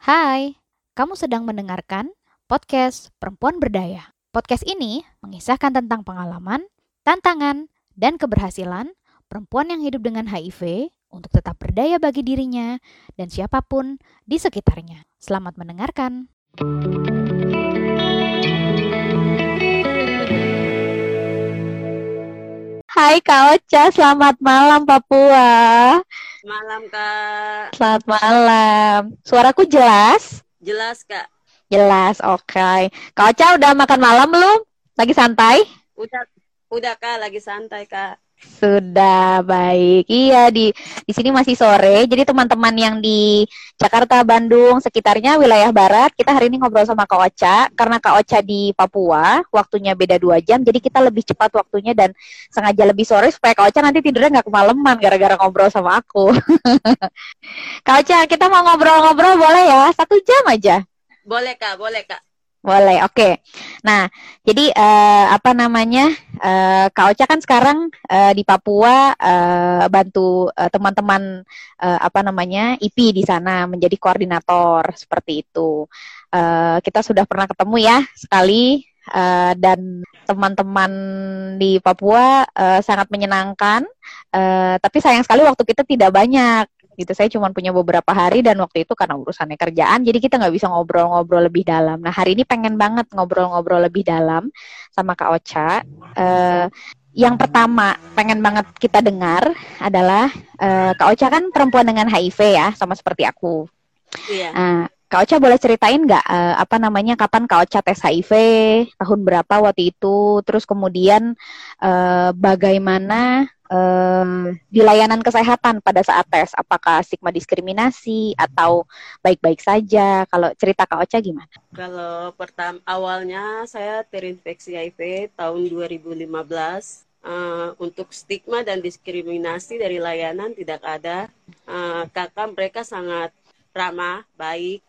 Hai, kamu sedang mendengarkan podcast Perempuan Berdaya. Podcast ini mengisahkan tentang pengalaman, tantangan, dan keberhasilan perempuan yang hidup dengan HIV untuk tetap berdaya bagi dirinya dan siapapun di sekitarnya. Selamat mendengarkan. Hai Kak Ocha, selamat malam Papua. Malam Kak, Selamat malam. Suaraku jelas? jelas Kak. Jelas, oke. Kak Ocha udah makan malam belum? Lagi santai? Udah Kak, lagi santai Kak. Sudah, baik. Iya, di sini masih sore. Jadi teman-teman yang di Jakarta, Bandung, sekitarnya wilayah barat, kita hari ini ngobrol sama Kak Ocha. Karena Kak Ocha di Papua, waktunya beda 2 jam, jadi kita lebih cepat waktunya dan sengaja lebih sore supaya Kak Ocha nanti tidurnya nggak kemalaman gara-gara ngobrol sama aku. Kak Ocha, kita mau ngobrol-ngobrol boleh ya? 1 jam aja. Boleh Kak, boleh Kak. Boleh, oke. Nah, jadi Kak Ocha kan sekarang di Papua bantu teman-teman IP di sana menjadi koordinator seperti itu. Kita sudah pernah ketemu ya sekali dan teman-teman di Papua sangat menyenangkan. Tapi sayang sekali waktu kita tidak banyak. Gitu, saya cuma punya beberapa hari dan waktu itu karena urusannya kerjaan jadi kita nggak bisa ngobrol-ngobrol lebih dalam. Nah hari ini pengen banget ngobrol-ngobrol lebih dalam sama Kak Ocha. Yang pertama pengen banget kita dengar adalah Kak Ocha kan perempuan dengan HIV ya, sama seperti aku. Iya. Kak Ocha boleh ceritain nggak kapan Kak Ocha tes HIV, tahun berapa waktu itu, terus kemudian bagaimana di layanan kesehatan pada saat tes, apakah stigma diskriminasi atau baik-baik saja? Kalau cerita Kak Ocha gimana? Kalau awalnya saya terinfeksi HIV tahun 2015. Untuk stigma dan diskriminasi dari layanan tidak ada. Kakak mereka sangat ramah, baik.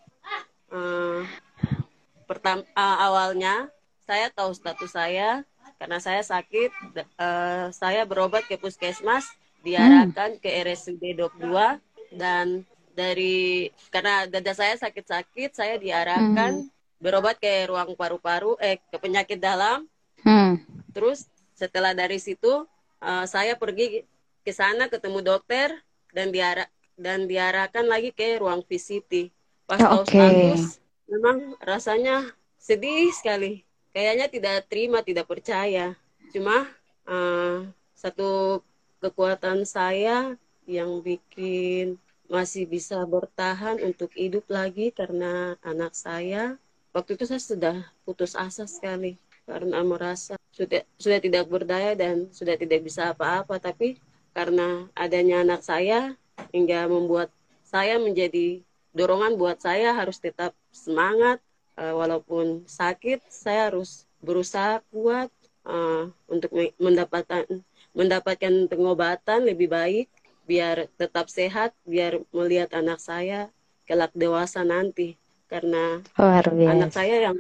Awalnya saya tahu status saya karena saya sakit. Saya berobat ke puskesmas, diarahkan ke RSUD Dok 2 dan karena dada saya sakit-sakit, saya diarahkan berobat ke ruang paru-paru, ke penyakit dalam. Terus setelah dari situ saya pergi ke sana ketemu dokter dan diarahkan lagi ke ruang VCT. Pas tahu status, memang rasanya sedih sekali. Kayaknya tidak terima, tidak percaya. Cuma satu kekuatan saya yang bikin masih bisa bertahan untuk hidup lagi karena anak saya. Waktu itu saya sudah putus asa sekali karena merasa sudah tidak berdaya dan sudah tidak bisa apa-apa. Tapi karena adanya anak saya hingga membuat saya menjadi dorongan buat saya harus tetap semangat. Walaupun sakit, saya harus berusaha kuat untuk mendapatkan pengobatan lebih baik biar tetap sehat, biar melihat anak saya kelak dewasa nanti. Karena anak saya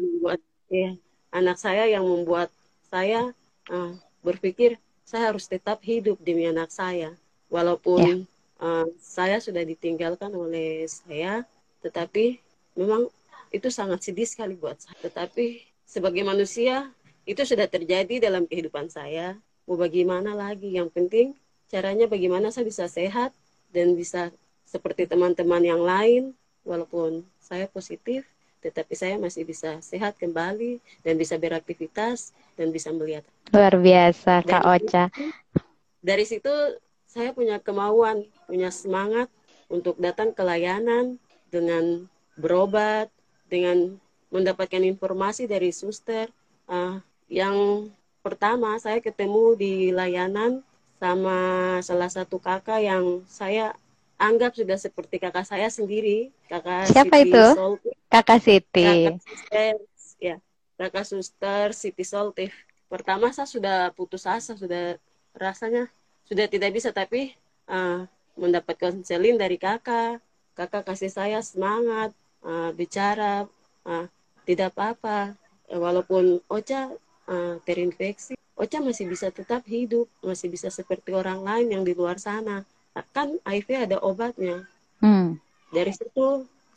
yang membuat saya berpikir saya harus tetap hidup demi anak saya. Walaupun saya sudah ditinggalkan oleh saya, tetapi memang itu sangat sedih sekali buat saya. Tetapi sebagai manusia, itu sudah terjadi dalam kehidupan saya. Mau bagaimana lagi? Yang penting caranya bagaimana saya bisa sehat dan bisa seperti teman-teman yang lain. Walaupun saya positif, tetapi saya masih bisa sehat kembali dan bisa beraktivitas dan bisa melihat. Luar biasa Kak Ocha. Dari situ saya punya kemauan, punya semangat untuk datang ke layanan dengan berobat, dengan mendapatkan informasi dari suster. Yang pertama saya ketemu di layanan sama salah satu kakak yang saya anggap sudah seperti kakak saya sendiri, kakak Siapa Siti itu? Soltif. Kakak Siti. Kakak suster Siti Soltif. Pertama saya sudah putus asa, sudah rasanya sudah tidak bisa, tapi mendapat konseling dari kakak kasih saya semangat, bicara, tidak apa-apa, walaupun Ocha terinfeksi, Ocha masih bisa tetap hidup, masih bisa seperti orang lain yang di luar sana, kan HIV ada obatnya. Dari situ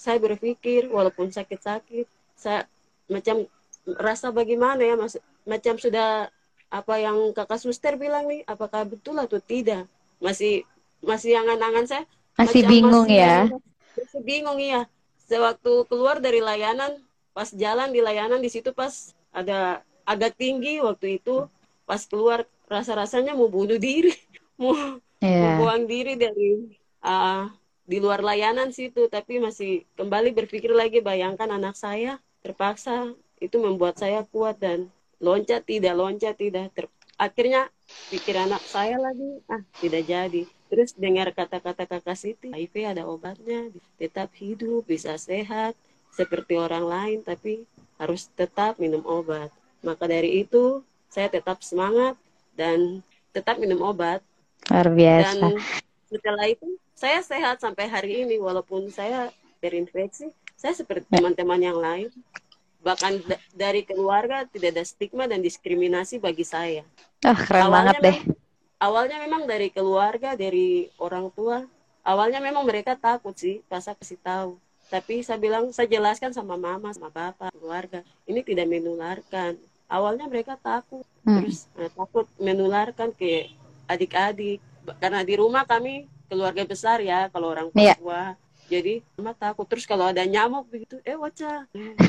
saya berpikir walaupun sakit-sakit, saya macam rasa bagaimana ya, macam sudah apa yang kakak suster bilang nih, apakah betul atau tidak? Masih masih angan-angan saya, Masih macam bingung ya. masih bingung ya. Sewaktu keluar dari layanan, pas jalan di layanan di situ pas ada agak tinggi waktu itu, pas keluar rasa-rasanya mau bunuh diri, mau mau Iya. buang diri dari uh, di luar layanan situ, tapi masih kembali berpikir lagi, bayangkan anak saya terpaksa, itu membuat saya kuat dan loncat tidak. Akhirnya pikir anak saya lagi, tidak jadi. Terus dengar kata-kata kakak Siti, HIV ada obatnya, tetap hidup, bisa sehat, seperti orang lain, tapi harus tetap minum obat. Maka dari itu, saya tetap semangat dan tetap minum obat. Luar biasa. Dan setelah itu, saya sehat sampai hari ini, walaupun saya terinfeksi, saya seperti teman-teman yang lain. Bahkan dari keluarga tidak ada stigma dan diskriminasi bagi saya. Keren banget deh. Awalnya memang dari keluarga, dari orang tua, awalnya memang mereka takut sih pas saya kasih tahu. Tapi saya bilang, saya jelaskan sama mama, sama bapak, keluarga, ini tidak menularkan. Awalnya mereka takut, terus takut menularkan ke adik-adik. Karena di rumah kami keluarga besar ya, kalau orang Papua. Jadi mama takut. Terus kalau ada nyamuk begitu, Waca,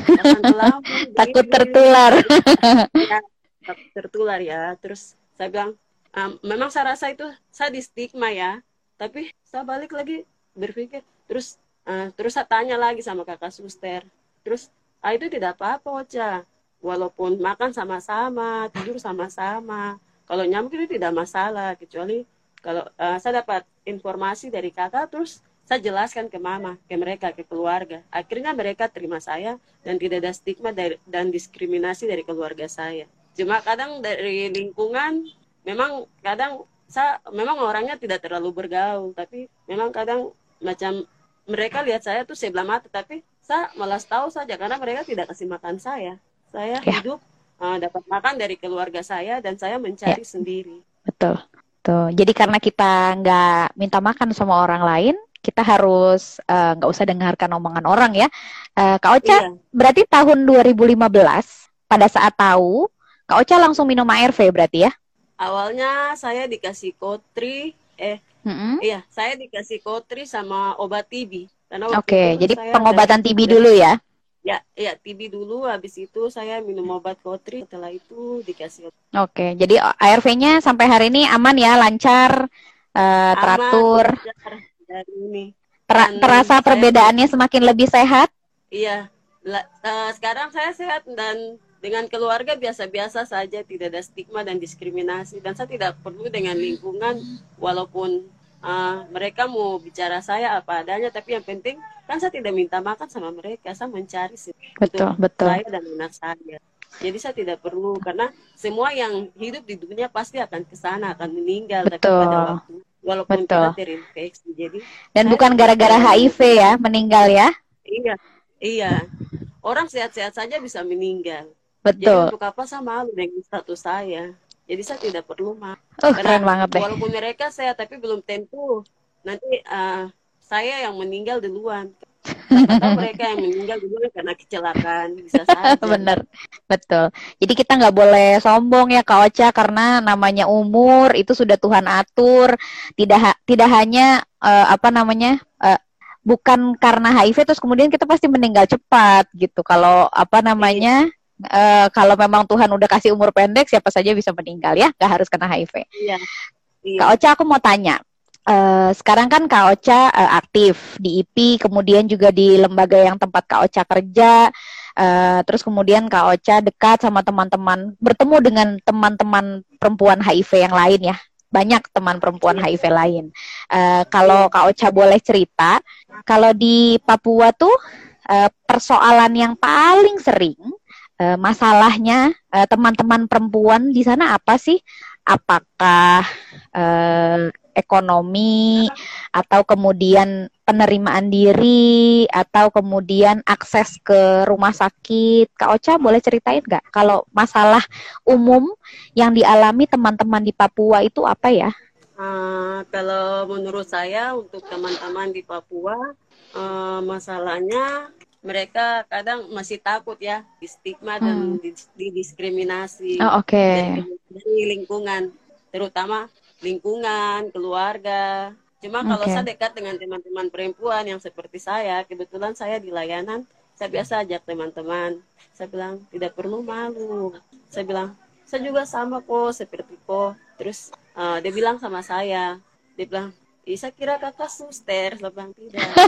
takut tertular. Ya, takut tertular ya. Terus saya bilang, memang saya rasa itu saya di stigma ya. Tapi saya balik lagi berpikir, terus saya tanya lagi sama kakak suster. Terus itu tidak apa-apa, Waca. Walaupun makan sama-sama, tidur sama-sama. Kalau nyamuk itu tidak masalah, kecuali kalau saya dapat informasi dari kakak, terus saya jelaskan ke mama, ke mereka, ke keluarga. Akhirnya mereka terima saya dan tidak ada stigma dan diskriminasi dari keluarga saya. Cuma kadang dari lingkungan, memang kadang saya memang orangnya tidak terlalu bergaul, tapi memang kadang macam mereka lihat saya tuh sebelah mata, tapi saya malas tahu saja karena mereka tidak kasih makan saya. Saya hidup dapat makan dari keluarga saya dan saya mencari sendiri. Betul. Tuh. Jadi karena kita nggak minta makan sama orang lain, kita harus nggak usah dengarkan omongan orang ya. Kak Ocha, berarti tahun 2015 pada saat tahu, Kak Ocha langsung minum ARV berarti ya? Awalnya saya dikasih kotri, saya dikasih kotri sama obat TB. Oke, jadi pengobatan TB dulu ya? Ya, TB dulu, habis itu saya minum obat kotri, setelah itu dikasih obat. Oke, jadi ARV-nya sampai hari ini aman ya, lancar, teratur. Dari ini. Terasa perbedaannya semakin lebih sehat? Iya, sekarang saya sehat dan dengan keluarga biasa-biasa saja, tidak ada stigma dan diskriminasi, dan saya tidak perlu dengan lingkungan, walaupun mereka mau bicara saya apa adanya, tapi yang penting kan saya tidak minta makan sama mereka, saya mencari betul. saya dan anak saya. Jadi saya tidak perlu, karena semua yang hidup di dunia pasti akan kesana, akan meninggal, tapi pada waktu walaupun kita terinfeksi. Jadi dan bukan gara-gara HIV ya meninggal ya? Iya. Orang sehat-sehat saja bisa meninggal. Betul. Jadi untuk apa saya malu dengan status saya? Jadi saya tidak perlu malu. Keren banget deh. Walaupun mereka sehat, tapi belum tentu nanti saya yang meninggal duluan. Atau mereka yang meninggal duluan karena kecelakaan, bisa saja. Bener, betul. Jadi kita nggak boleh sombong ya Kak Ocha, karena namanya umur itu sudah Tuhan atur. Tidak hanya bukan karena HIV terus kemudian kita pasti meninggal cepat gitu. Kalau kalau memang Tuhan udah kasih umur pendek, siapa saja bisa meninggal ya, nggak harus kena HIV. Iya. Kak Ocha, aku mau tanya. Sekarang kan Kak Ocha aktif di IP, kemudian juga di lembaga yang tempat Kak Ocha kerja, terus kemudian Kak Ocha dekat sama teman-teman, bertemu dengan teman-teman perempuan HIV yang lain ya, banyak teman perempuan HIV lain. Kalau Kak Ocha boleh cerita, kalau di Papua tuh persoalan yang paling sering, masalahnya teman-teman perempuan di sana apa sih? Apakah ekonomi, atau kemudian penerimaan diri, atau kemudian akses ke rumah sakit? Kak Ocha boleh ceritain nggak kalau masalah umum yang dialami teman-teman di Papua itu apa ya? Kalau menurut saya untuk teman-teman di Papua, Masalahnya mereka kadang masih takut ya, di stigma dan didiskriminasi Oh, oke. dari lingkungan, terutama lingkungan, keluarga. Cuma kalau Oke. saya dekat dengan teman-teman perempuan yang seperti saya, kebetulan saya di layanan, saya biasa ajak teman-teman. Saya bilang, tidak perlu malu. Saya bilang, saya juga sama kok, seperti kok. Terus dia bilang sama saya, dia bilang, ih, saya kira kakak suster. Saya bilang, tidak.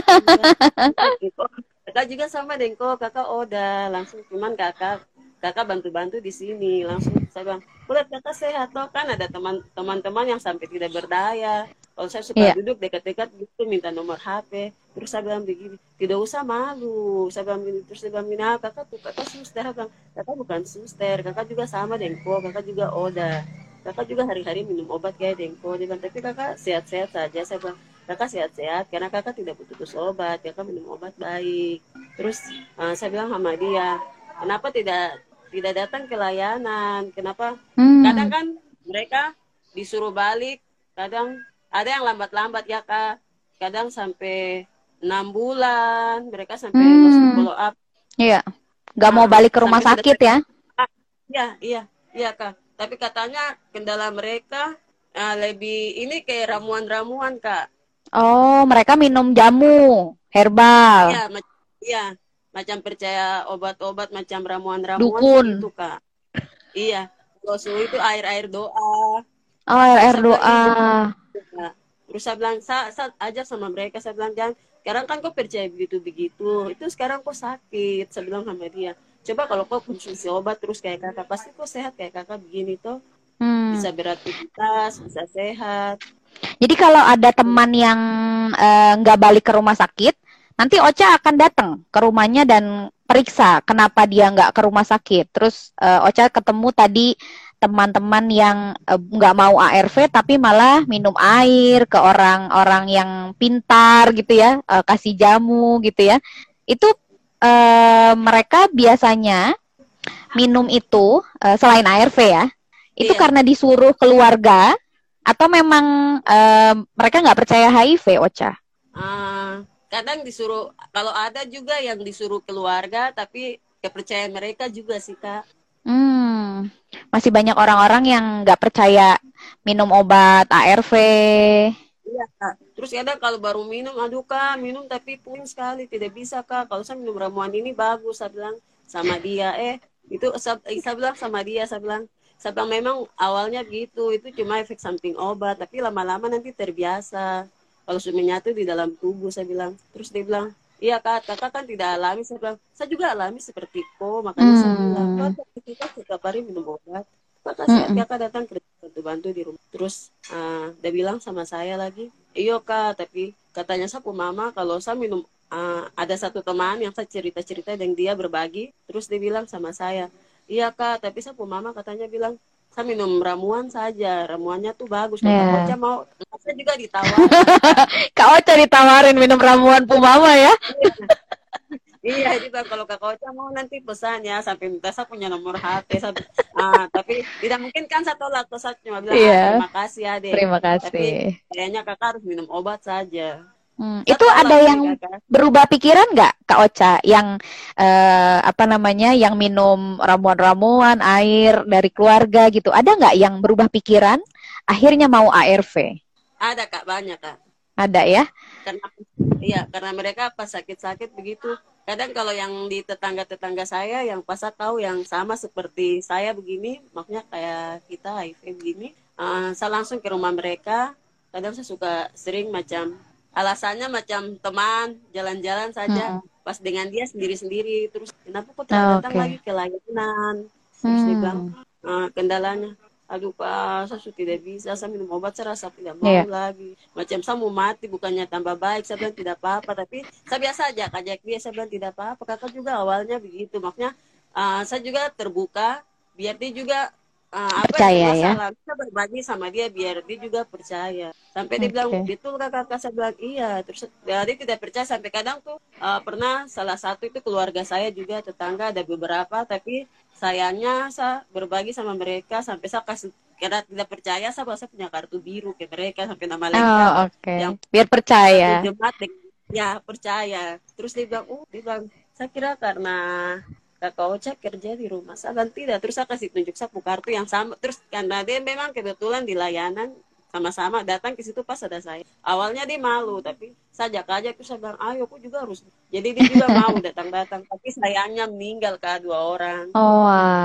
Kakak juga sama Dengko, kakak Oda. Langsung, cuman kakak bantu-bantu di sini. Langsung saya bilang, kulihat kakak sehat toh, kan ada teman-teman yang sampai tidak berdaya. Kalau saya suka Iya. duduk dekat-dekat gitu minta nomor HP, terus saya bilang begini, tidak usah malu. Saya bilang begini, terus dia bilang begini, ah, kakak tuh kakak suster. Saya bilang, kakak bukan suster, kakak juga sama Dengko, kakak juga Oda. Kakak juga hari-hari minum obat kayak Dengko. Dia bilang, tapi kakak sehat-sehat saja. Saya bilang, kakak sehat-sehat karena kakak tidak butuh obat, kakak minum obat baik. Terus saya bilang sama dia, kenapa tidak datang ke layanan? Kenapa? Kadang Hmm. kan mereka disuruh balik, kadang ada yang lambat-lambat ya kak, kadang sampai 6 bulan, mereka sampai Hmm. follow up. Iya. Nggak mau balik ke rumah Sampai tidak sakit ya? iya, iya, iya kak. Tapi katanya kendala mereka lebih ini kayak ramuan-ramuan kak. Oh, mereka minum jamu herbal, Iya, iya, macam percaya obat-obat macam ramuan-ramuan dukun. begitu kak. Iya, kalau suhu itu air-air doa. Oh, Terus RR saya bilang, ih, doa. Kak. Terus saya bilang, saya ajak sama mereka, saya bilang, jangan, sekarang kan kok percaya begitu-begitu, itu sekarang kok sakit, saya bilang sama dia. Coba kalau kau konsumsi obat terus kayak kakak, pasti kok sehat kayak kakak begini tuh. Hmm. Bisa beraktivitas, bisa sehat. Jadi kalau ada teman yang nggak balik ke rumah sakit, nanti Ocha akan datang ke rumahnya dan periksa kenapa dia nggak ke rumah sakit. Terus Ocha ketemu tadi teman-teman yang nggak mau ARV tapi malah minum air ke orang-orang yang pintar gitu ya, kasih jamu gitu ya. Itu mereka biasanya minum itu selain ARV ya, itu Iya, karena disuruh keluarga atau memang mereka nggak percaya HIV, Ocha? kadang disuruh, kalau ada juga yang disuruh keluarga, tapi kepercayaan mereka juga sih kak. Masih banyak orang-orang yang nggak percaya minum obat ARV. Iya, Kak. Terus kadang kalau baru minum, aduh Kak, minum tapi pusing sekali, tidak bisa Kak. Kalau saya minum ramuan ini bagus, saya bilang sama dia. Itu saya bilang sama dia, saya bilang memang awalnya gitu, itu cuma efek samping obat, tapi lama-lama nanti terbiasa. Kalau sudah menyatu di dalam tubuh, saya bilang. Terus dia bilang, iya Kak, kakak kan tidak alami. Saya bilang, saya juga alami seperti kok, makanya saya bilang, Hmm. kok kita setiap hari minum obat. Kakak sehat, Mm-mm. kakak datang kerja bantu-bantu di rumah. Terus dia bilang sama saya lagi, iyo kak, tapi katanya sapu mama kalau saya minum, ada satu teman yang saya cerita-cerita dan dia berbagi, terus dia bilang sama saya, iya kak, tapi sapu mama katanya bilang, saya minum ramuan saja, ramuannya tuh bagus, kalau kak Ocha Ya. mau, saya juga ditawarin kak. Kak Ocha ditawarin minum ramuan Pumama ya? Iya, itu kan kalau Kak Ocha mau nanti pesan ya sampai minta saya punya nomor HP. Tapi tidak mungkin kan saya tolak, terus saya cuma bilang Iya, terima kasih ya deh. terima Tapi kasih. kayaknya kakak harus minum obat saja. Saya Itu ada tolak sih yang kakak. berubah pikiran nggak, Kak Ocha? Yang apa namanya, yang minum ramuan-ramuan, air dari keluarga gitu. Ada nggak yang berubah pikiran, akhirnya mau ARV? Ada kak, banyak kak. Ada ya? Karena iya, karena mereka pas sakit-sakit begitu. Kadang kalau yang di tetangga-tetangga saya yang pas saya tahu yang sama seperti saya begini, maksudnya kayak kita HIV begini, saya langsung ke rumah mereka. Kadang saya suka sering macam alasannya macam teman jalan-jalan saja, Mm-mm. pas dengan dia sendiri-sendiri. Terus kenapa kok tidak Oh, datang oke. lagi ke layanan? Terus dia bilang Hmm. kendalanya, aduh Pak, saya sudah tidak bisa, saya minum obat, saya rasa tidak mau Iya. lagi. Macam saya mau mati, bukannya tambah baik, saya bilang tidak apa-apa. Tapi saya biasa ajak dia, saya bilang tidak apa-apa. Kakak juga awalnya begitu. Makanya saya juga terbuka, biar dia juga apa yang Percaya pernah saya ya? alami, saya berbagi sama dia, biar dia juga percaya. Sampai dia bilang, Oke. betul kakak, saya bilang iya. Terus dia tidak percaya, sampai kadang tuh pernah salah satu itu keluarga saya juga, tetangga ada beberapa, tapi sayangnya saya berbagi sama mereka sampai saya kasih, karena tidak percaya saya bahasa punya kartu biru ke mereka sampai nama Oh, lengkap oke. yang Biar satu percaya. jemaat ya percaya. Terus dia bilang, dia bilang, saya kira karena kakak Ocha kerja di rumah saya, dan tidak. Terus saya kasih tunjuk sapu kartu yang sama. Terus karena dia memang kebetulan di layanan sama-sama datang ke situ pas ada saya. Awalnya dia malu, tapi saya ajak aja, terus saya bilang, ayo aku juga harus. Jadi dia juga mau datang-datang, tapi sayangnya meninggal Kak, 2 orang. Oh,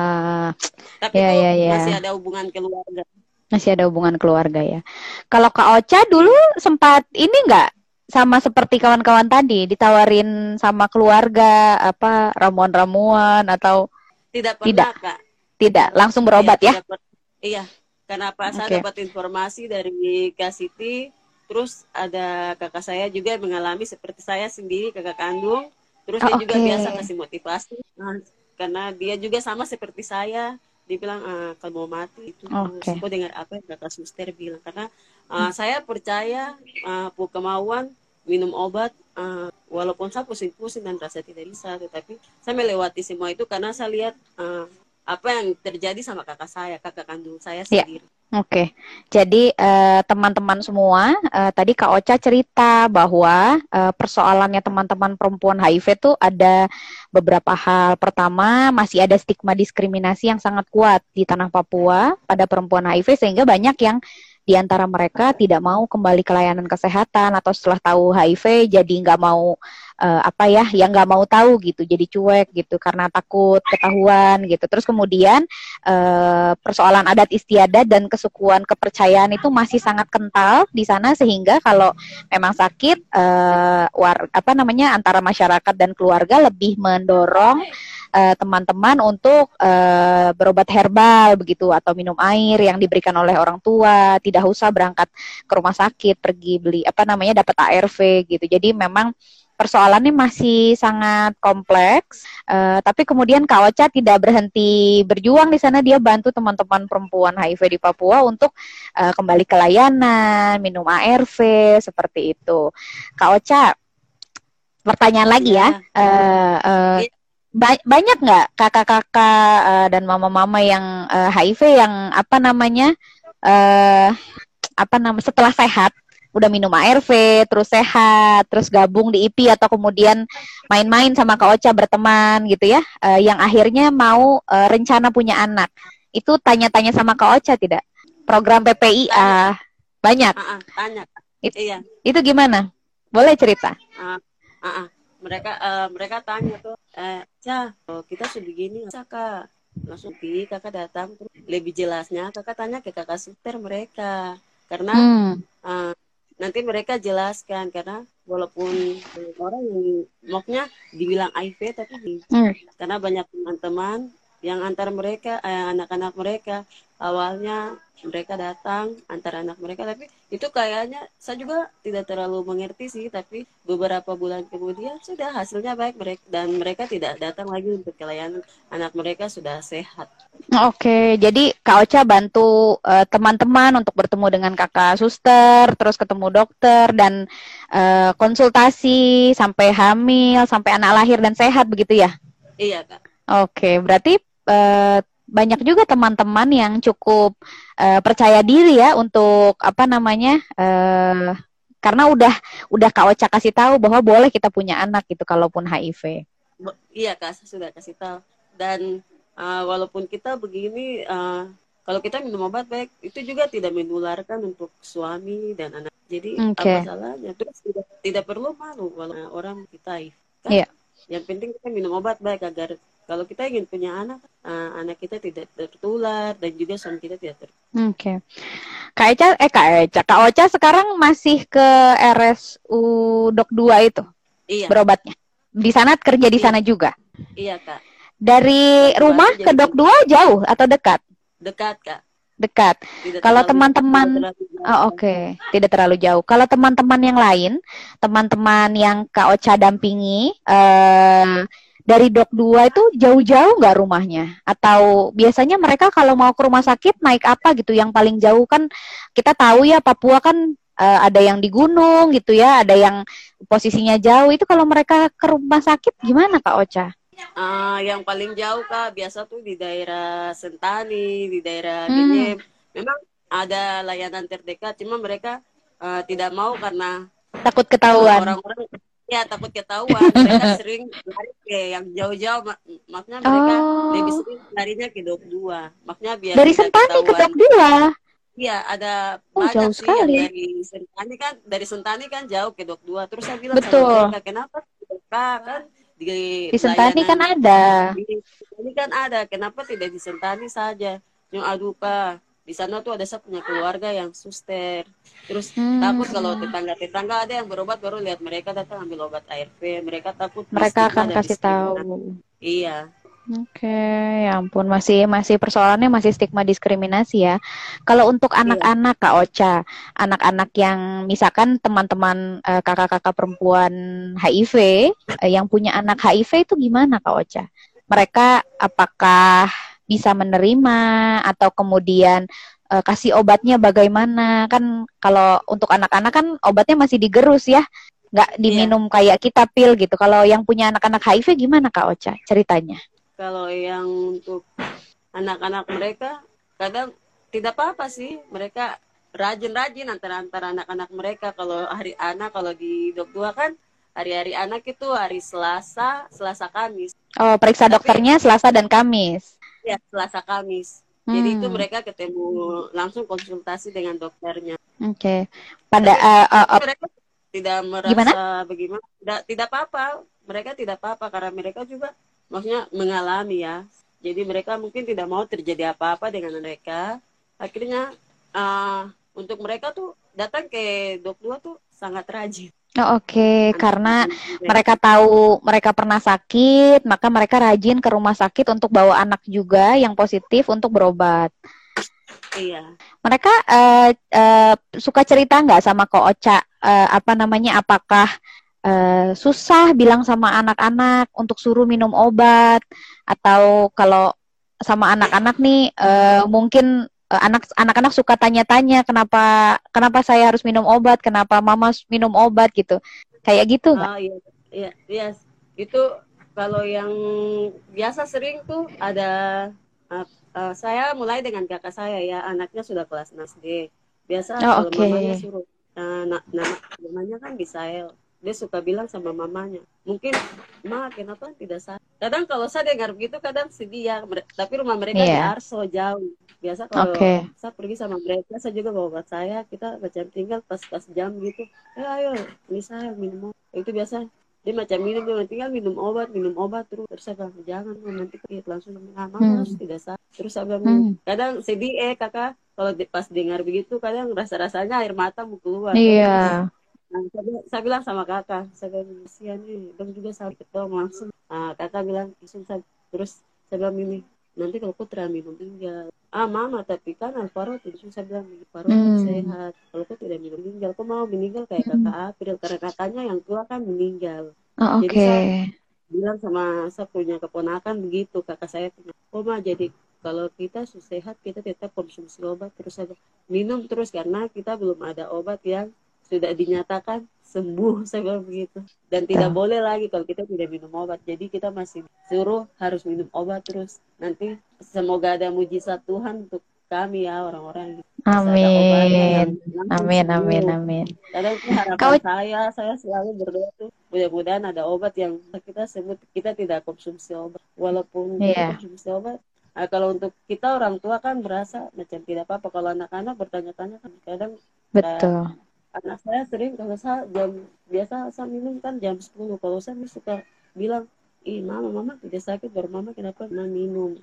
Tapi ya itu ya masih ya. ada hubungan keluarga. Masih ada hubungan keluarga ya. Kalau Kak Ocha dulu Iya. sempat ini nggak sama seperti kawan-kawan tadi ditawarin sama keluarga apa ramuan-ramuan atau Tidak tidak? pernah Kak. Tidak, langsung Iya, berobat ya? tidak pernah. Iya, karena apa saya Oke. dapat informasi dari Kak Siti, terus ada kakak saya juga yang mengalami seperti saya sendiri, kakak kandung, terus Oh, dia juga oke. biasa kasih motivasi, karena dia juga sama seperti saya, dia bilang, kalau mau mati itu Oke. kau dengar apa yang kakak suster bilang, karena saya percaya kemauan minum obat, walaupun saya pusing-pusing dan rasa tidak bisa, tetapi saya melewati semua itu karena saya lihat apa yang terjadi sama kakak kandung saya Ya. sendiri. Oke, jadi teman-teman semua, tadi Kak Ocha cerita bahwa persoalannya teman-teman perempuan HIV itu ada beberapa hal. Pertama, masih ada stigma diskriminasi yang sangat kuat di tanah Papua pada perempuan HIV, sehingga banyak yang di antara mereka tidak mau kembali ke layanan kesehatan atau setelah tahu HIV jadi nggak mau apa ya, yang nggak mau tahu gitu, jadi cuek gitu karena takut ketahuan gitu. Terus kemudian persoalan adat istiadat dan kesukuan kepercayaan itu masih sangat kental di sana sehingga kalau memang sakit apa namanya antara masyarakat dan keluarga lebih mendorong teman-teman untuk berobat herbal begitu atau minum air yang diberikan oleh orang tua, tidak usah berangkat ke rumah sakit pergi beli apa namanya dapat ARV gitu. Jadi memang persoalannya masih sangat kompleks, tapi kemudian Kak Ocha tidak berhenti berjuang di sana, dia bantu teman-teman perempuan HIV di Papua untuk kembali ke layanan, minum ARV, seperti itu. Kak Ocha, pertanyaan lagi ya, Ya, iya, banyak nggak kakak-kakak dan mama-mama yang HIV yang apa namanya, uh, setelah sehat udah minum ARV, terus sehat, terus gabung di IP atau kemudian main-main sama Kak Ocha berteman gitu ya, yang akhirnya mau rencana punya anak. Itu tanya-tanya sama Kak Ocha tidak? Program PPI tanya, banyak. tanya, It, iya, itu gimana? Boleh cerita? uh, mereka tanya tuh, Cah, kita sebegini, Cah kak, langsung pergi kakak datang, terus lebih jelasnya kakak tanya ke kakak suster mereka, karena Hmm. nanti mereka jelaskan, karena walaupun orang yang moknya dibilang HIV tapi karena banyak teman-teman yang antar mereka anak-anak mereka awalnya mereka datang antar anak mereka, tapi itu kayaknya saya juga tidak terlalu mengerti sih, tapi beberapa bulan kemudian sudah hasilnya baik mereka, dan mereka tidak datang lagi untuk pelayanan, anak mereka sudah sehat. Oke, jadi Kak Ocha bantu teman-teman untuk bertemu dengan kakak suster, terus ketemu dokter dan konsultasi sampai hamil, sampai anak lahir dan sehat begitu ya? Iya kak. Oke, berarti banyak juga teman-teman yang cukup percaya diri ya untuk apa namanya, karena udah Kak Ocha kasih tahu bahwa boleh kita punya anak gitu kalaupun HIV. Iya kak, saya sudah kasih tahu, dan walaupun kita begini, kalau kita minum obat baik, itu juga tidak menularkan untuk suami dan anak. Jadi apa Oke. salahnya? Terus tidak perlu malu kalau orang kita HIV. Kan? Iya. Yang penting kita minum obat baik agar kalau kita ingin punya anak, anak kita tidak tertular dan juga suami kita tidak tertular. Oke. Kak Ocha sekarang masih ke RSU Dok 2 itu Iya, berobatnya. Di sana kerja di iya, sana juga. iya kak. Dari Waktu rumah itu ke jadi Dok 2 jauh atau dekat? dekat kak, Dekat. tidak Kalau terlalu teman-teman, jauh. oke, tidak terlalu jauh. Kalau teman-teman yang lain, teman-teman yang Kak Ocha dampingi, dari Dok 2 itu jauh-jauh nggak rumahnya? Atau biasanya mereka kalau mau ke rumah sakit naik apa gitu? Yang paling jauh kan kita tahu ya Papua kan ada yang di gunung gitu ya, ada yang posisinya jauh. Itu kalau mereka ke rumah sakit gimana Kak Ocha? Yang paling jauh kak biasa tuh di daerah Sentani, di daerah Hmm, Genyem. Memang ada layanan terdekat, cuma mereka tidak mau karena takut ketahuan. orang-orang Ya takut ketahuan. Mereka sering lari ke yang jauh-jauh. Makanya mereka lebih Oh, sering larinya ke dok 2. Makanya biar dari tidak Sentani ke ketahuan. Dok 2. Iya, ada Oh, banyak jauh sih yang sekali. dari Sentani kan jauh ke dok 2. Terus saya bilang sama Betul. mereka, kenapa tidak kan di Di Sentani layanan kan ada. ini kan ada, kenapa tidak di Sentani saja? Yung aduh Pak, di sana tuh ada saya punya keluarga yang suster. Terus takut kalau Hmm, tetangga-tetangga ada yang berobat baru lihat mereka datang ambil obat ARV, mereka takut di mereka stigma akan dan kasih tahu. diskriminasi. Iya, Oke, ya ampun, masih masih persoalannya masih stigma diskriminasi ya. Kalau untuk iya, anak-anak Kak Ocha, anak-anak yang misalkan teman-teman kakak-kakak perempuan HIV yang punya anak HIV itu gimana Kak Ocha? Mereka apakah bisa menerima atau kemudian kasih obatnya bagaimana? Kan kalau untuk anak-anak kan obatnya masih digerus ya, nggak iya. diminum kayak kita pil gitu. Kalau yang punya anak-anak HIV gimana Kak Ocha ceritanya? Kalau yang untuk anak-anak mereka kadang tidak apa-apa sih, mereka rajin-rajin antara anak-anak mereka. Kalau hari anak, kalau di dok 2 kan hari-hari anak itu hari Selasa, Selasa Kamis. Oh, periksa Tapi dokternya Selasa dan Kamis. ya Selasa Kamis. Jadi itu Hmm, mereka ketemu langsung konsultasi dengan dokternya. oke. Okay. Pada Tapi mereka tidak gimana? merasa bagaimana, tidak apa-apa. Mereka tidak apa-apa karena mereka juga maksudnya mengalami ya. Jadi mereka mungkin tidak mau terjadi apa-apa dengan mereka. Akhirnya untuk mereka tuh datang ke dok 2 tuh sangat rajin Oh, oke, okay. Karena anak-anak mereka. mereka tahu mereka pernah sakit, maka mereka rajin ke rumah sakit untuk bawa anak juga yang positif untuk berobat. Iya. Mereka suka cerita nggak sama Ko Ocha? Apa namanya? Apakah susah bilang sama anak-anak untuk suruh minum obat? Atau kalau sama anak-anak nih mungkin anak-anak suka tanya-tanya kenapa saya harus minum obat, kenapa mama minum obat gitu, kayak gitu nggak? Oh iya, iya, iya. Itu kalau yang biasa sering tuh ada saya mulai dengan kakak saya ya, anaknya sudah kelas 6 SD. Biasa Oh, kalau oke. mamanya suruh namanya kan Bisael. Dia suka bilang sama mamanya, mungkin ma kenapa tidak saya. Kadang kalau saya dengar begitu kadang sedih ya, tapi rumah mereka di Iya, Arso jauh. Biasa kalau oke. saya pergi sama mereka, saya juga bawa obat saya, kita macam tinggal pas jam gitu. Ayo, ini saya minum. Itu biasa dia macam minum, dia tinggal minum obat terus saya bilang jangan nanti langsung mama harus Hmm. tidak sakit. Terus saya bilang Hmm. kadang sedih kakak kalau pas dengar begitu kadang rasa-rasanya air mata mau keluar Iya. kadang nah, saya bilang sama kakak, saya bilang kasihan nih dong juga sakit dong langsung kakak bilang langsung terus saya bilang ini nanti kalau putra minum meninggal mama tapi kan Alvaro tidak susah bilang Alvaro kan Hmm. sehat kalau kau tidak minum meninggal kau mau meninggal kayak Hmm. kakak April karena kakaknya yang tua kan meninggal. Oh, Jadi oke. saya bilang sama saya punya keponakan begitu kakak saya punya koma jadi kalau kita sehat kita tetap konsumsi obat terus ada minum terus karena kita belum ada obat yang sudah dinyatakan sembuh saya bilang begitu dan tidak Betul. boleh lagi kalau kita tidak minum obat jadi kita masih suruh harus minum obat terus nanti semoga ada mujizat Tuhan untuk kami ya orang-orang bisa ada obatnya yang Amin. langsung Amin, amin, sembuh amin. kadang itu Kau, harapan saya selalu berdoa tuh mudah-mudahan ada obat yang kita sebut kita tidak konsumsi obat walaupun kita iya, konsumsi obat kalau untuk kita orang tua kan berasa macam tidak apa-apa kalau anak-anak bertanya-tanya kan kadang kayak betul. anak saya sering kalau saya biasa saya minum kan jam 10 kalau saya suka bilang mama tidak sakit baru mama kenapa mama minum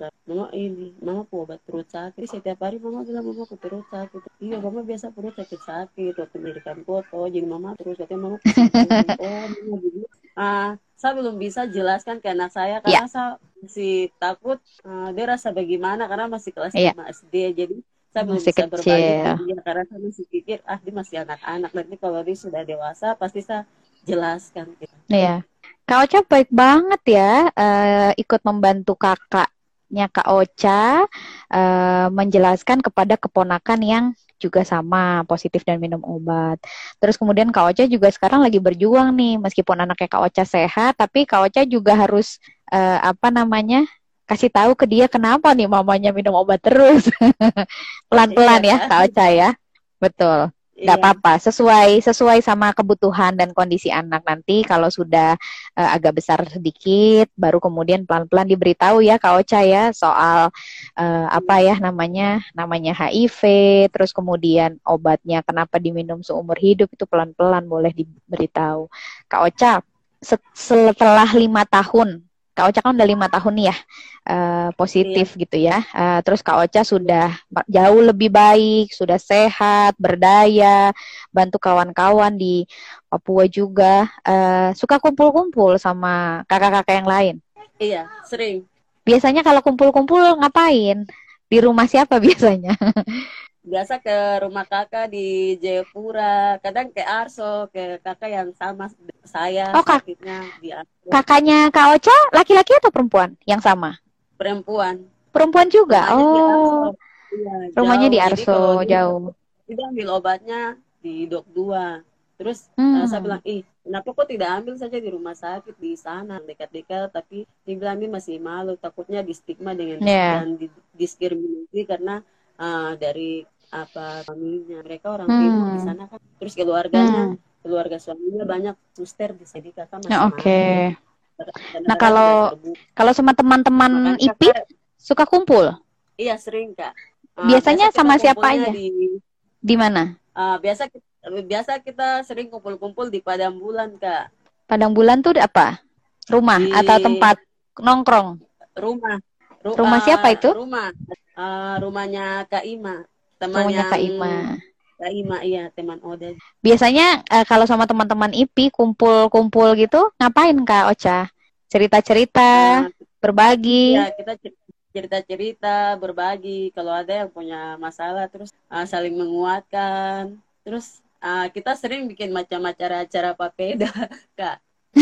mama obat perut sakit setiap hari mama bilang mama perut sakit iya mama biasa perut sakit waktu melahirkan foto jadi mama terus katanya mama pusing mama begini saya belum bisa jelaskan ke anak saya Iya, karena saya masih takut dia rasa bagaimana karena masih kelas iya, 5 SD jadi saya belum masih bisa berbagi ke kecil. dia karena saya masih pikir dia masih anak-anak nanti kalau dia sudah dewasa pasti saya jelaskan gitu. Iya. Kak Ocha baik banget ya, ikut membantu kakaknya Kak Ocha menjelaskan kepada keponakan yang juga sama positif dan minum obat. Terus kemudian Kak Ocha juga sekarang lagi berjuang nih, meskipun anaknya Kak Ocha sehat, tapi Kak Ocha juga harus apa namanya kasih tahu ke dia kenapa nih mamanya minum obat terus. Iya Pelan-pelan ya kan Kak Ocha ya, betul. nggak Iya, apa-apa, sesuai sama kebutuhan dan kondisi anak. Nanti kalau sudah agak besar sedikit, baru kemudian pelan-pelan diberitahu ya Kak Ocha ya soal apa iya, ya namanya HIV, terus kemudian obatnya kenapa diminum seumur hidup itu pelan-pelan boleh diberitahu. Kak Ocha, setelah 5 tahun, Kak Ocha kan udah 5 tahun nih ya iya, positif gitu ya. Terus Kak Ocha sudah jauh lebih baik, sudah sehat, berdaya, bantu kawan-kawan di Papua juga. Suka kumpul-kumpul sama kakak-kakak yang lain. iya, sering. Biasanya kalau kumpul-kumpul ngapain? Di rumah siapa biasanya? Biasa ke rumah kakak di Jayapura, kadang ke Arso, ke kakak yang sama saya Oh, sakitnya di Arso. kakaknya Kak Ocha laki-laki atau perempuan? Yang sama? Perempuan, Perempuan juga. rumahnya di Arso. Oh, Iya, rumahnya jauh. di Jadi kalau Arso, dia jauh. dia ambil obatnya di dok 2. Terus saya Hmm, bilang, ih, kenapa kok tidak ambil saja di rumah sakit di sana dekat-dekat? Tapi dia bilang ini masih malu, takutnya di stigma ya. dan diskriminasi karena dari apa suaminya. Mereka orang timur di Hmm, sana kan. Terus keluarganya, hmm. keluarga suaminya banyak suster di sini. Kakak Ya, masih oke. malu. Nah, Kadang-kadang tidak kalau terbuka. kalau sama teman-teman Makanya IPI kakak, suka kumpul. iya sering Kak. Biasa Biasanya kita sama siapa kumpulnya aja? di Di mana? biasa kita sering kumpul-kumpul di Padang Bulan, Kak. Padang Bulan tuh apa? Rumah atau Di tempat nongkrong? rumah, Rumah siapa itu? rumah, rumahnya Kak Ima, teman Rumahnya yang Kak Ima. Kak Ima, iya, teman Oda. Biasanya kalau sama teman-teman IPI kumpul-kumpul gitu, ngapain Kak Ocha? Cerita-cerita, Uh, ya, berbagi. kita cerita-cerita, berbagi. Kalau ada yang punya masalah, terus saling menguatkan. Terus kita sering bikin macam-macam acara papeda, Kak.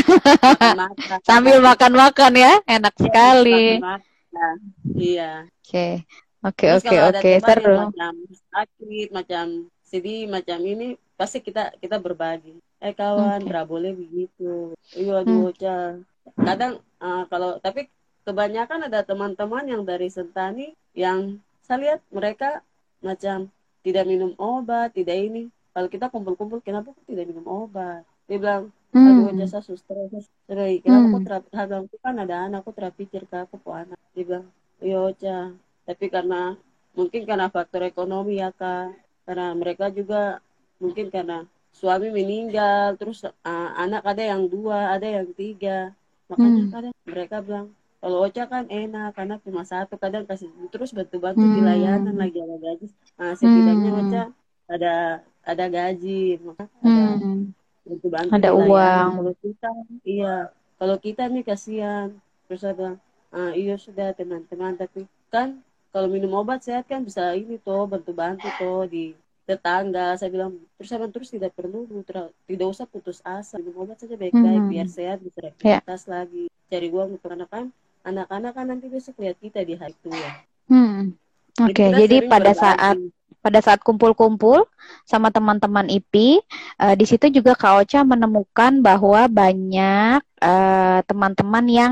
Sambil Makan-makan. makan-makan ya, enak Iya, sekali. makan-makan. Iya. Oke, oke, Terus oke, kalau ada oke, teman yang seru. macam sakit, macam sedih, macam ini, pasti kita berbagi. Kawan, Oke. nggak boleh begitu. Iya, Hmm. aduh, Ca. Kadang kalau tapi kebanyakan ada teman-teman yang dari Sentani yang saya lihat mereka macam tidak minum obat, tidak ini. Kalau kita kumpul-kumpul, kenapa kok tidak minum obat? Dia bilang, aduh, Hmm. jasa suster, kenapa kok Hmm. terapi? Aku kan ada anak, aku terpikir ke aku kok anak. Dia bilang, iya, Ca. Tapi karena mungkin karena faktor ekonomi ya Kak, karena mereka juga mungkin karena suami meninggal, terus anak ada yang 2, ada yang 3, makanya Hmm. kadang mereka bilang kalau Ocha kan enak karena cuma satu, kadang kasih terus bantu-bantu di layanan Hmm. lagi ada gaji, setidaknya Ocha Hmm. ada gaji, maka ada Hmm. bantu-bantu Ada di layanan. uang. Kalau kita, iya, kalau kita nih kasihan. Terus saya bilang, iya sudah teman-teman, tapi kan kalau minum obat sehat kan bisa ini toh bantu-bantu toh di tetangga. Saya bilang, terus saya bilang, terus tidak perlu, tidak usah putus asa. Minum obat saja baik-baik biar Hmm. sehat, bisa Ya. beraktivitas lagi. Cari uang untuk anak-anak kan nanti besok lihat kita di hari tua. Hmm. Jadi Oke, kita jadi sering berbagi. pada saat kumpul-kumpul sama teman-teman IPI, di situ juga Kak Ocha menemukan bahwa banyak teman-teman yang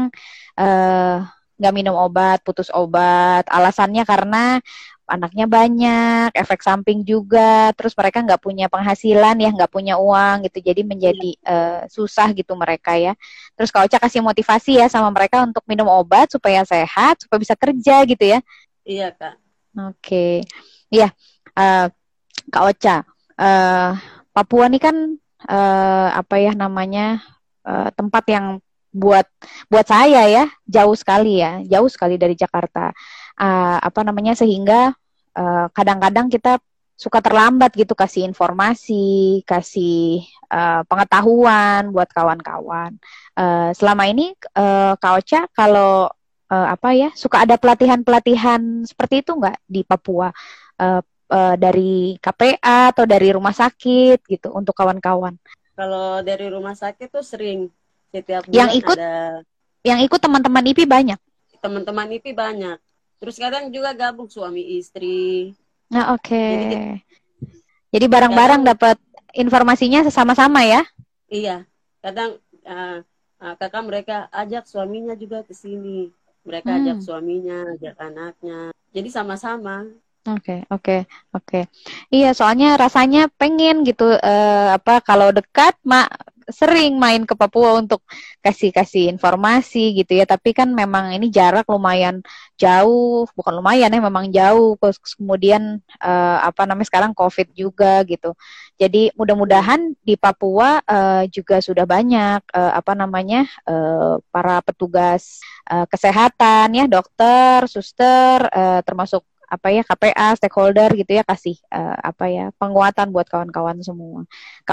nggak minum obat, putus obat, alasannya karena anaknya banyak, efek samping juga, terus mereka nggak punya penghasilan ya, nggak punya uang gitu, jadi Iya, menjadi susah gitu mereka ya. Terus Kak Ocha kasih motivasi ya sama mereka untuk minum obat supaya sehat, supaya bisa kerja gitu ya. iya Kak. Oke, iya, eh, Kak Ocha, eh, Papua nih kan apa ya namanya tempat yang buat buat saya ya jauh sekali dari Jakarta. Apa namanya sehingga kadang-kadang kita suka terlambat gitu kasih informasi, kasih pengetahuan buat kawan-kawan. Selama ini Kak Ocha kalau apa ya suka ada pelatihan-pelatihan seperti itu nggak di Papua? Eh, dari KPA atau dari rumah sakit gitu untuk kawan-kawan. Kalau dari rumah sakit tuh sering setiap Yang bulan ikut ada yang ikut teman-teman IPI banyak. teman-teman IP banyak. Terus kadang juga gabung suami istri. Nah, oke. Jadi Jadi kadang bareng-bareng dapat informasinya sama-sama ya. iya, kadang kakak mereka ajak suaminya juga ke sini. Mereka ajak Hmm. suaminya, ajak anaknya. Jadi sama-sama. Oke, oke, oke. Iya, soalnya rasanya pengen gitu kalau dekat sering main ke Papua untuk kasih-kasih informasi gitu ya, tapi kan memang ini jarak lumayan jauh, bukan lumayan ya, memang jauh. Terus kemudian sekarang COVID juga gitu. Jadi Ya. mudah-mudahan di Papua juga sudah banyak para petugas kesehatan ya, dokter, suster, termasuk KPA, stakeholder gitu ya, kasih penguatan buat kawan-kawan semua.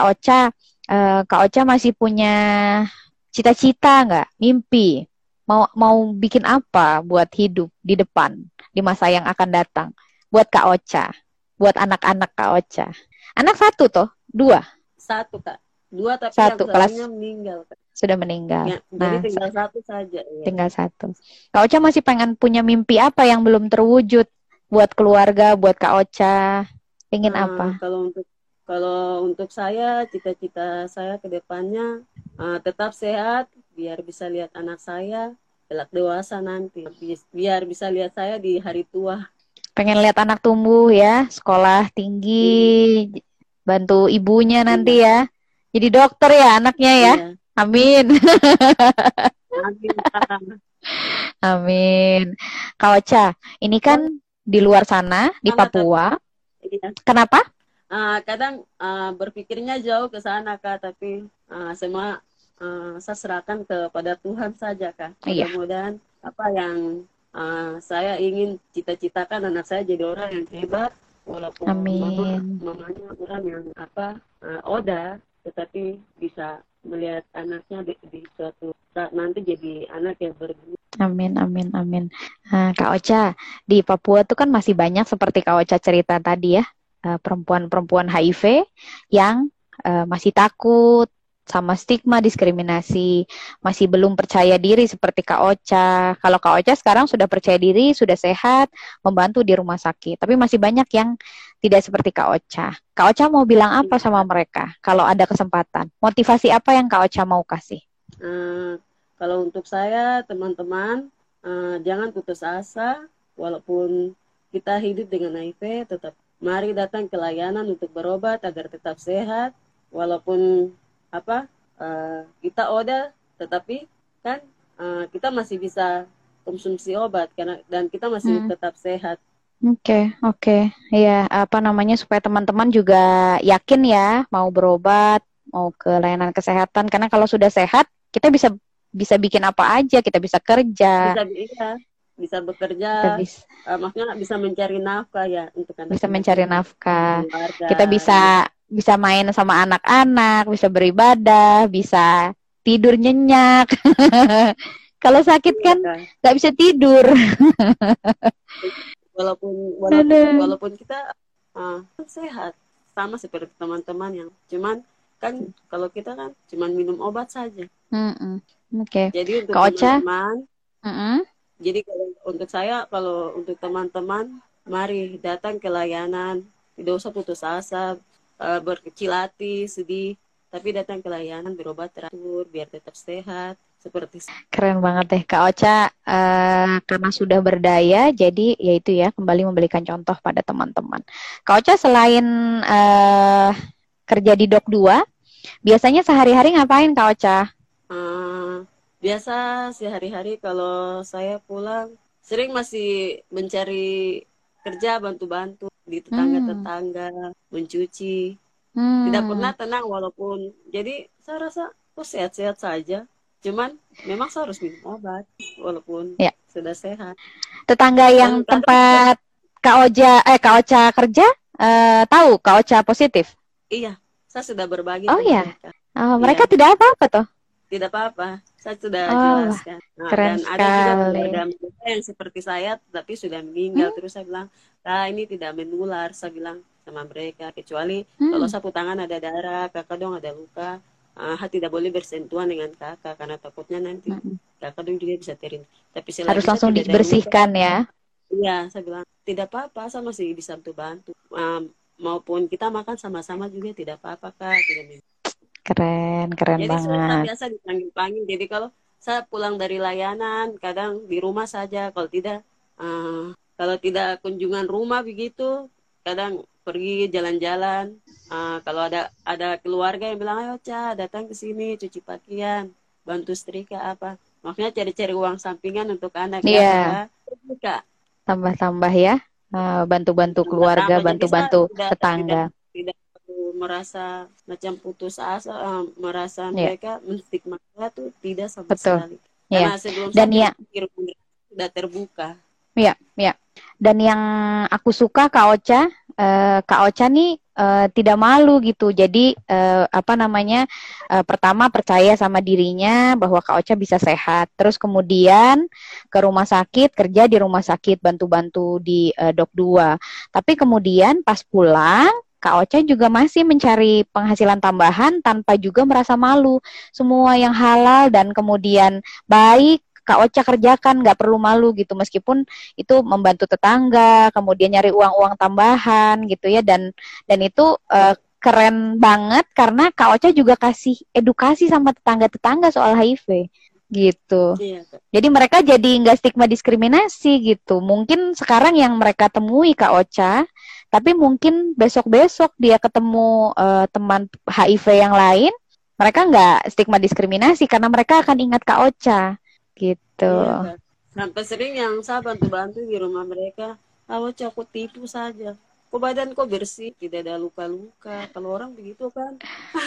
Kak Ocha masih punya cita-cita nggak? Mimpi? Mau bikin apa buat hidup di depan, di masa yang akan datang? Buat Kak Ocha, buat anak-anak Kak Ocha. Anak satu toh? Dua? Satu, Kak. Dua, tapi yang Satu, satunya kelas meninggal, Kak. sudah meninggal. Ya, jadi Nah, tinggal satu saja. Ya. tinggal satu. Kak Ocha masih pengen punya mimpi apa yang belum terwujud buat keluarga, buat Kak Ocha? Pengen Eh, apa? kalau untuk kalau untuk saya, cita-cita saya ke depannya tetap sehat, biar bisa lihat anak saya kelak dewasa nanti, biar bisa lihat saya di hari tua. Pengen lihat anak tumbuh ya, sekolah tinggi, bantu ibunya nanti Iya, ya. Jadi dokter ya anaknya ya. iya. Amin. Amin, Kak. Amin. Kak Ocha, ini Kadang kan di luar sana, di semangat, tapi Papua. iya. Kenapa? Kadang berpikirnya jauh ke sana, Kak, tapi semua saya serahkan kepada Tuhan saja, Kak. Iya, Mudah-mudahan apa yang saya ingin cita-citakan anak saya jadi orang yang hebat, walaupun amin. mamanya orang yang Oda, tetapi bisa melihat anaknya di suatu saat nanti jadi anak yang berguna. Amin, amin, amin. Nah, Kak Ocha, di Papua tuh kan masih banyak seperti Kak Ocha cerita tadi ya, perempuan-perempuan HIV yang masih takut sama stigma diskriminasi, masih belum percaya diri seperti Kak Ocha. Kalau Kak Ocha sekarang sudah percaya diri, sudah sehat, membantu di rumah sakit. Tapi masih banyak yang tidak seperti Kak Ocha. Kak Ocha mau bilang apa sama mereka kalau ada kesempatan? Motivasi apa yang Kak Ocha mau kasih? Eh, Kalau untuk saya, teman-teman, jangan putus asa, walaupun kita hidup dengan HIV, tetap mari datang ke layanan untuk berobat agar tetap sehat, walaupun kita ODA, tetapi kan kita masih bisa konsumsi obat karena dan kita masih Hmm. tetap sehat. Oke, oke. Ya, supaya teman-teman juga yakin ya mau berobat, mau ke layanan kesehatan karena kalau sudah sehat, kita bisa bisa bikin apa aja, kita bisa kerja, Bisa iya, bisa bekerja, kita bisa maksudnya bisa mencari nafkah ya untuk bisa anak-anak mencari kita, nafkah. keluarga, Kita ya. bisa bisa main sama anak-anak, bisa beribadah, bisa tidur nyenyak. Kalau sakit Iya, kan Kak. nggak bisa tidur. walaupun Aduh. walaupun kita sehat sama seperti teman-teman yang cuman kan kalau kita kan cuman minum obat saja. Mm-mm. Oke. Jadi untuk Kak Ocha, teman-teman, mm-mm. jadi kalau untuk saya, kalau untuk teman-teman, mari datang ke layanan, tidak usah putus asa, berkecil hati, sedih, tapi datang ke layanan berobat teratur biar tetap sehat seperti. Keren banget deh Kak Ocha, karena sudah berdaya jadi yaitu ya kembali memberikan contoh pada teman-teman. Kak Ocha selain kerja di Dok 2, biasanya sehari-hari ngapain Kak Ocha? Biasa sehari-hari kalau saya pulang sering masih mencari kerja, bantu-bantu di Hmm. tetangga-tetangga, mencuci. Tidak Hmm. pernah tenang, walaupun jadi saya rasa sehat-sehat saja. Cuman memang saya harus minum obat walaupun Ya, sudah sehat. tetangga yang Dan kadang juga tempat Kak Ocha kerja tahu Kak Ocha positif? iya, saya sudah berbagi Oh ke ya. mereka. Oh, mereka Iya, tidak apa-apa toh? tidak apa-apa. Saya sudah Oh, wah, jelaskan. Nah, keren dan ada juga keluarga sekali. mereka yang seperti saya, tapi sudah meninggal. Hmm? Terus saya bilang, ini tidak menular. Saya bilang sama mereka, kecuali kalau Hmm. sapu tangan ada darah, kakak dong ada luka, tidak boleh bersentuhan dengan kakak karena takutnya nanti Hmm. kakak dong juga bisa terinfeksi. Tapi Harus selagi saya langsung tidak ada luka, dibersihkan ya. iya, saya bilang tidak apa-apa, saya masih bisa bantu-bantu. Maupun kita makan sama-sama juga tidak apa-apa, Kak. Tidak. Keren, keren Jadi saya banget. biasa dipanggil-panggil. Jadi kalau saya pulang dari layanan, kadang di rumah saja. Kalau tidak, kalau tidak kunjungan rumah begitu, kadang pergi jalan-jalan. Kalau ada keluarga yang bilang, ayo Ca, datang ke sini cuci pakaian, bantu setrika apa. Makanya cari-cari uang sampingan untuk anak ya, Iya, Kak. Kak. tambah-tambah ya. Bantu-bantu keluarga, Tambah-tambah. Jadi saya bantu-bantu tidak tetangga. tidak perlu merasa macam putus asa, merasa Iya, mereka menstigma saya tuh tidak sama betul. sekali. Iya. Karena sebelum Dan saya ya, berpikir sudah terbuka. iya, iya. Dan yang aku suka Kak Ocha nih tidak malu gitu. Jadi apa namanya? Pertama percaya sama dirinya bahwa Kak Ocha bisa sehat. Terus kemudian ke rumah sakit, kerja di rumah sakit, bantu-bantu di Dok 2. Tapi kemudian pas pulang Kak Ocha juga masih mencari penghasilan tambahan tanpa juga merasa malu. Semua yang halal dan kemudian baik Kak Ocha kerjakan, nggak perlu malu gitu. Meskipun itu membantu tetangga, kemudian nyari uang-uang tambahan gitu ya, dan itu keren banget karena Kak Ocha juga kasih edukasi sama tetangga-tetangga soal HIV gitu. Iya, Kak. Jadi mereka jadi nggak stigma diskriminasi gitu. Mungkin sekarang yang mereka temui Kak Ocha, tapi mungkin besok-besok dia ketemu teman HIV yang lain, mereka nggak stigma diskriminasi karena mereka akan ingat Kak Ocha gitu. Iya, Kak. Sampai sering yang saya bantu-bantu di rumah mereka, kalau aku tipu saja. Kok badan kok bersih, tidak ada luka-luka. Kalau orang begitu kan.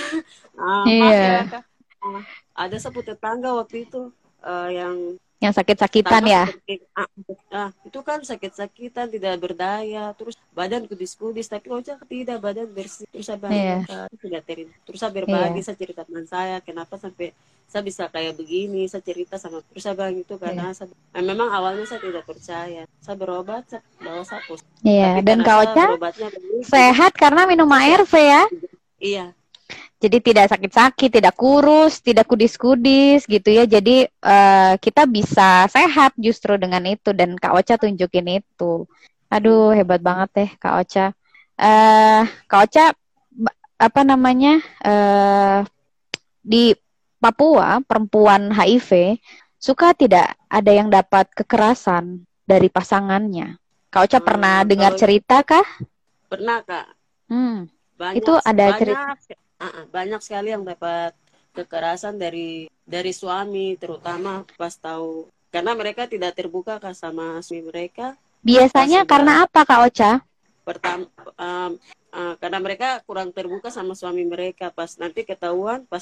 Maaf ya, Iya, Kak. Ada satu tetangga waktu itu yang yang sakit-sakitan sama ya. seperti itu kan sakit-sakitan tidak berdaya terus badan kudis-kudis tapi Ojek tidak badan bersih terus saya bilang iya Iya, Kak tidak terima terus saya berbagi iya, saya cerita teman saya kenapa sampai saya bisa kayak begini saya cerita sama terus saya bilang itu iya. karena memang awalnya saya tidak percaya saya berobat saya bawa sapu Iya, tapi dan karena Kak saya Ocha berobatnya begitu sehat karena minum saya sehat ARV ya. iya Jadi tidak sakit-sakit, tidak kurus, tidak kudis-kudis gitu ya. Jadi kita bisa sehat justru dengan itu dan Kak Ocha tunjukin itu. Aduh, hebat banget deh Kak Ocha. Kak Ocha apa namanya? Di Papua perempuan HIV suka tidak ada yang dapat kekerasan dari pasangannya. Kak Ocha pernah dengar kalau cerita kah? pernah Kak Itu banyak ada cerita. banyak banyak sekali yang dapat kekerasan dari suami terutama pas tahu karena mereka tidak terbuka Kak, sama suami mereka pas Biasanya sudah karena apa Kak Ocha? pertama karena mereka kurang terbuka sama suami mereka pas nanti ketahuan pas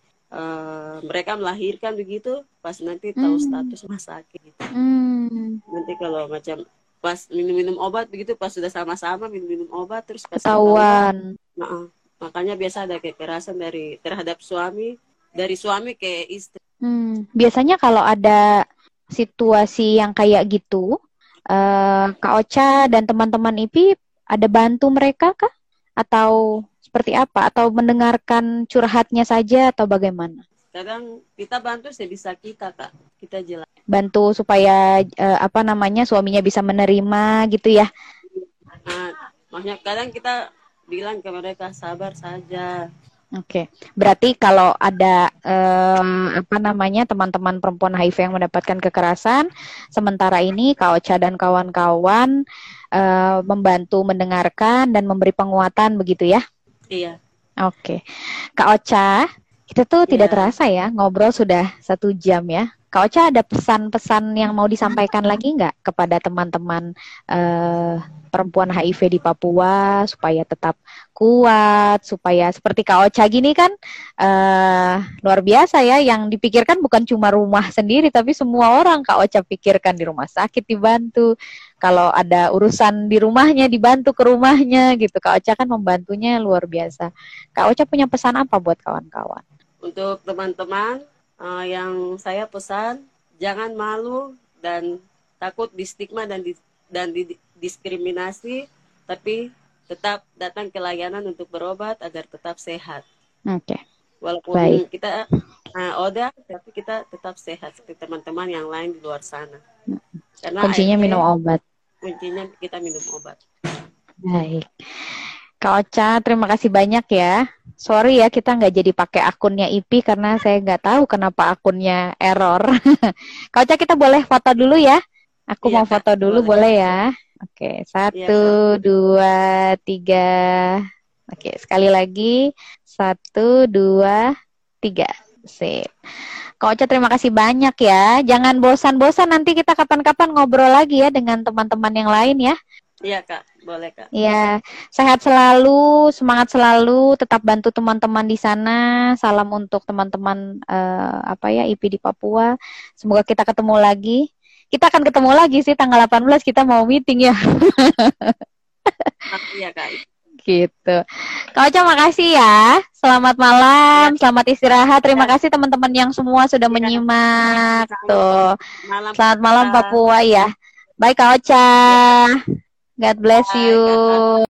mereka melahirkan begitu pas nanti tahu Hmm. status rumah sakit gitu. Hmm. Nanti kalau macam pas minum-minum obat begitu pas sudah sama-sama minum-minum obat terus pas ketahuan Ketahuan. makanya biasa ada kekerasan terhadap suami dari suami ke istri. Biasanya kalau ada situasi yang kayak gitu, Kak Ocha dan teman-teman IPI ada bantu mereka kah? Atau seperti apa? Atau mendengarkan curhatnya saja atau bagaimana? Kadang kita bantu sebisa kita Kak, kita jelas. Bantu supaya apa namanya suaminya bisa menerima gitu ya? Makanya kadang kita bilang ke mereka sabar saja. Oke, berarti kalau ada apa namanya teman-teman perempuan HIV yang mendapatkan kekerasan, sementara ini Kak Ocha dan kawan-kawan membantu mendengarkan dan memberi penguatan begitu ya? Iya. Oke, Kak Ocha, kita tuh tidak Iya. terasa ya ngobrol sudah 1 jam ya. Kak Ocha ada pesan-pesan yang mau disampaikan lagi nggak kepada teman-teman perempuan HIV di Papua supaya tetap kuat, supaya seperti Kak Ocha gini kan luar biasa ya, yang dipikirkan bukan cuma rumah sendiri tapi semua orang Kak Ocha pikirkan, di rumah sakit dibantu, kalau ada urusan di rumahnya dibantu ke rumahnya gitu. Kak Ocha kan membantunya luar biasa. Kak Ocha punya pesan apa buat kawan-kawan? Untuk teman-teman yang saya pesan jangan malu dan takut di stigma dan diskriminasi, tapi tetap datang ke layanan untuk berobat agar tetap sehat. Oke. Walaupun Baik. kita ODA, tapi kita tetap sehat seperti teman-teman yang lain di luar sana. Karena Kuncinya minum obat. Kuncinya kita minum obat. Baik. Kak Ocha, terima kasih banyak ya. Sorry ya kita nggak jadi pakai akunnya IPI karena saya nggak tahu kenapa akunnya error. Kak Ocha, kita boleh foto dulu ya. Aku Iya mau Kak, foto dulu boleh. boleh ya? Oke, Iya Kak. 1, 2, 3. Oke, sekali lagi. 1, 2, 3. Sip. Kak Ocha terima kasih banyak ya. Jangan bosan-bosan, nanti kita kapan-kapan ngobrol lagi ya dengan teman-teman yang lain ya. Iya Kak, boleh Kak. Ya, sehat selalu, semangat selalu, tetap bantu teman-teman di sana. Salam untuk teman-teman IP di Papua. Semoga kita ketemu lagi. Kita akan ketemu lagi sih tanggal 18 kita mau meeting ya. Iya Kak. Gitu. Kak Ocha makasih ya. Selamat Iya malam, selamat istirahat. Terima Kak. kasih teman-teman yang semua sudah Iya, menyimak. sama-sama. Tuh. Malam Selamat malam Kak. Papua ya. Bye Kak Ocha. Iya Kak. God bless Bye Kak. you.